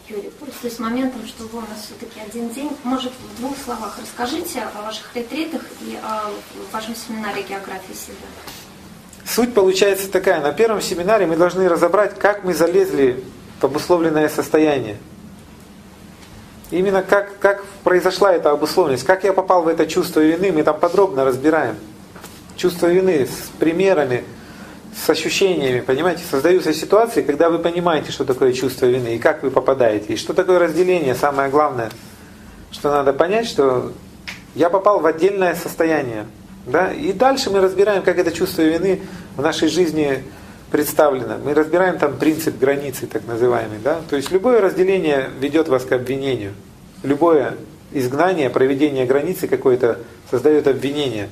Юрий, пользуясь моментом, что у нас все-таки один день, может, в 2 словах расскажите о ваших ретритах и о вашем семинаре географии себя? Суть получается такая. На первом семинаре мы должны разобрать, как мы залезли в обусловленное состояние. Именно как произошла эта обусловленность, как я попал в это чувство вины, мы там подробно разбираем. Чувство вины с примерами, с ощущениями, понимаете, создаются ситуации, когда вы понимаете, что такое чувство вины и как вы попадаете. И что такое разделение, самое главное, что надо понять, что я попал в отдельное состояние. Да? И дальше мы разбираем, как это чувство вины в нашей жизни представлено. Мы разбираем там принцип границы, так называемый. Да? То есть любое разделение ведет вас к обвинению. Любое изгнание, проведение границы какой-то создает обвинение.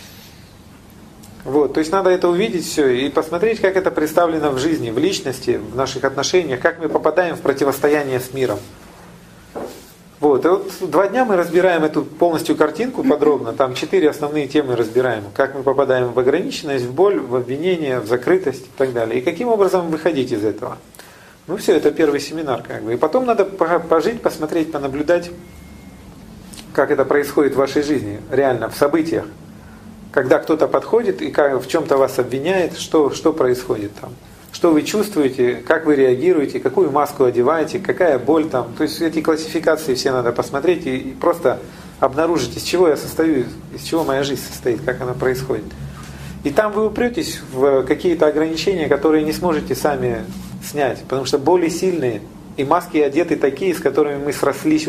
Вот, то есть надо это увидеть все и посмотреть, как это представлено в жизни, в личности, в наших отношениях, как мы попадаем в противостояние с миром. Вот, и вот 2 дня мы разбираем эту полностью картинку подробно, там 4 основные темы разбираем. Как мы попадаем в ограниченность, в боль, в обвинение, в закрытость и так далее. И каким образом выходить из этого. Ну все, это первый семинар как бы. И потом надо пожить, посмотреть, понаблюдать, как это происходит в вашей жизни, реально, в событиях. Когда кто-то подходит и в чем-то вас обвиняет, что происходит там? Что вы чувствуете, как вы реагируете, какую маску одеваете, какая боль там. То есть эти классификации все надо посмотреть и просто обнаружить, из чего я состою, из чего моя жизнь состоит, как она происходит. И там вы упретесь в какие-то ограничения, которые не сможете сами снять, потому что боли сильные, и маски одеты такие, с которыми мы срослись.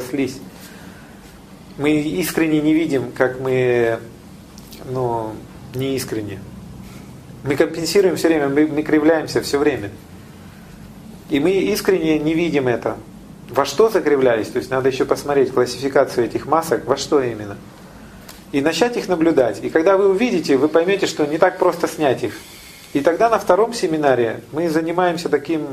Мы искренне не видим, как мы не искренне. Мы компенсируем все время, мы кривляемся все время. И мы искренне не видим это. Во что закривлялись? То есть надо еще посмотреть классификацию этих масок, во что именно. И начать их наблюдать. И когда вы увидите, вы поймете, что не так просто снять их. И тогда на 2-м семинаре мы занимаемся таким,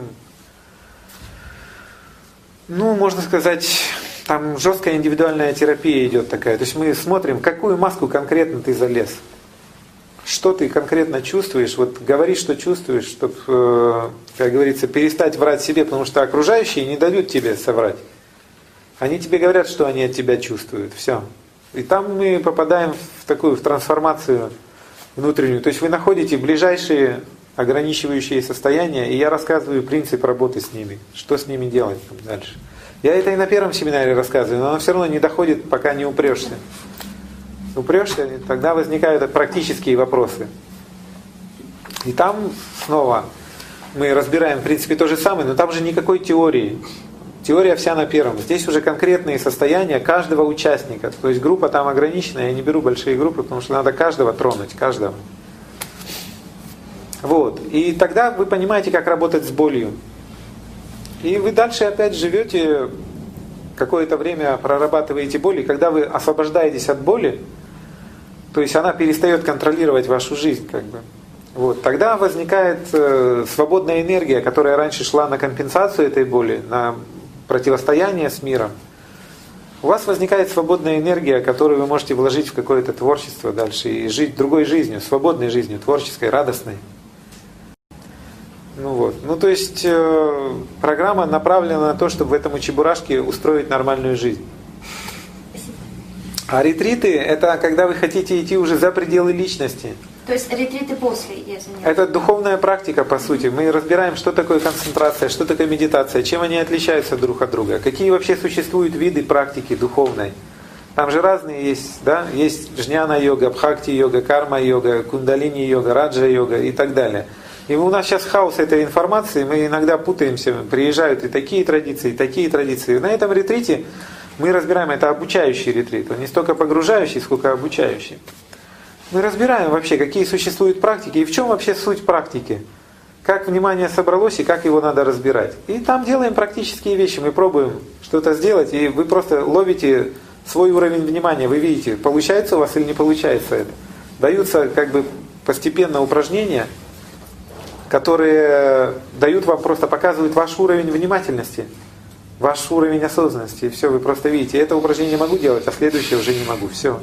можно сказать, там жесткая индивидуальная терапия идет такая. То есть мы смотрим, в какую маску конкретно ты залез. Что ты конкретно чувствуешь, вот говори, что чувствуешь, чтобы, как говорится, перестать врать себе, потому что окружающие не дадут тебе соврать. Они тебе говорят, что они от тебя чувствуют, все. И там мы попадаем в трансформацию внутреннюю. То есть вы находите ближайшие ограничивающие состояния, и я рассказываю принцип работы с ними, что с ними делать там дальше. Я это и на 1-м семинаре рассказываю, но оно все равно не доходит, пока не упрешься. Упрешься, тогда возникают практические вопросы. И там снова мы разбираем, в принципе, то же самое, но там же никакой теории. Теория вся на 1-м. Здесь уже конкретные состояния каждого участника. То есть группа там ограничена, я не беру большие группы, потому что надо каждого тронуть, каждого. Вот. И тогда вы понимаете, как работать с болью. И вы дальше опять живете, какое-то время прорабатываете боль, и когда вы освобождаетесь от боли, то есть она перестает контролировать вашу жизнь, как бы. Вот. Тогда возникает свободная энергия, которая раньше шла на компенсацию этой боли, на противостояние с миром. У вас возникает свободная энергия, которую вы можете вложить в какое-то творчество дальше и жить другой жизнью, свободной жизнью, творческой, радостной. То есть программа направлена на то, чтобы в этом чебурашке устроить нормальную жизнь. А ретриты — это когда вы хотите идти уже за пределы личности. То есть ретриты после, я извиняюсь. Это духовная практика, по сути. Мы разбираем, что такое концентрация, что такое медитация, чем они отличаются друг от друга, какие вообще существуют виды практики духовной. Там же разные есть, да? Есть джняна-йога, бхакти-йога, карма-йога, кундалини-йога, раджа-йога и так далее. И у нас сейчас хаос этой информации, мы иногда путаемся, приезжают и такие традиции, и такие традиции. На этом ретрите мы разбираем, это обучающий ретрит, он не столько погружающий, сколько обучающий. Мы разбираем вообще, какие существуют практики и в чем вообще суть практики. Как внимание собралось и как его надо разбирать. И там делаем практические вещи, мы пробуем что-то сделать, и вы просто ловите свой уровень внимания, вы видите, получается у вас или не получается это. Даются как бы постепенно упражнения, которые дают вам, просто показывают ваш уровень внимательности, ваш уровень осознанности. И все, вы просто видите, это упражнение могу делать, а следующее уже не могу. Все.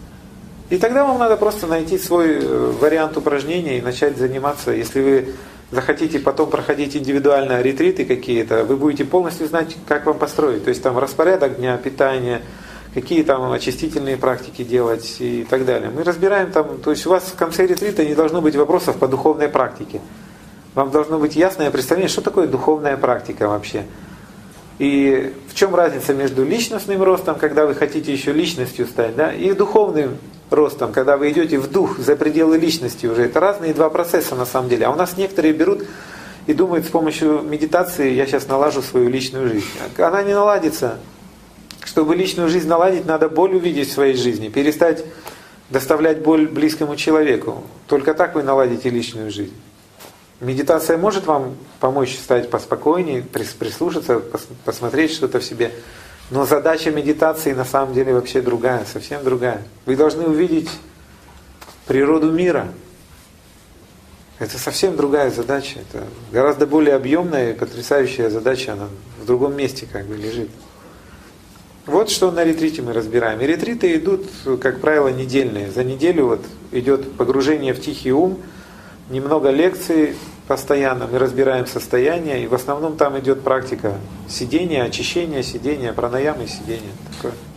И тогда вам надо просто найти свой вариант упражнения и начать заниматься. Если вы захотите потом проходить индивидуально ретриты какие-то, вы будете полностью знать, как вам построить. То есть там распорядок дня, питание, какие там очистительные практики делать и так далее. Мы разбираем там, то есть у вас в конце ретрита не должно быть вопросов по духовной практике. Вам должно быть ясное представление, что такое духовная практика вообще. И в чем разница между личностным ростом, когда вы хотите еще личностью стать, да, и духовным ростом, когда вы идете в дух, за пределы личности уже. Это разные два процесса на самом деле. А у нас некоторые берут и думают, с помощью медитации я сейчас налажу свою личную жизнь. Она не наладится. Чтобы личную жизнь наладить, надо боль увидеть в своей жизни, перестать доставлять боль близкому человеку. Только так вы наладите личную жизнь. Медитация может вам помочь стать поспокойнее, прислушаться, посмотреть что-то в себе. Но задача медитации на самом деле вообще другая, совсем другая. Вы должны увидеть природу мира. Это совсем другая задача. Это гораздо более объемная и потрясающая задача. Она в другом месте как бы лежит. Вот что на ретрите мы разбираем. И ретриты идут, как правило, недельные. За неделю вот идет погружение в тихий ум, немного лекций постоянно, мы разбираем состояние, и в основном там идет практика сидения, очищения, сидения, пранаямы, сидения. Такое.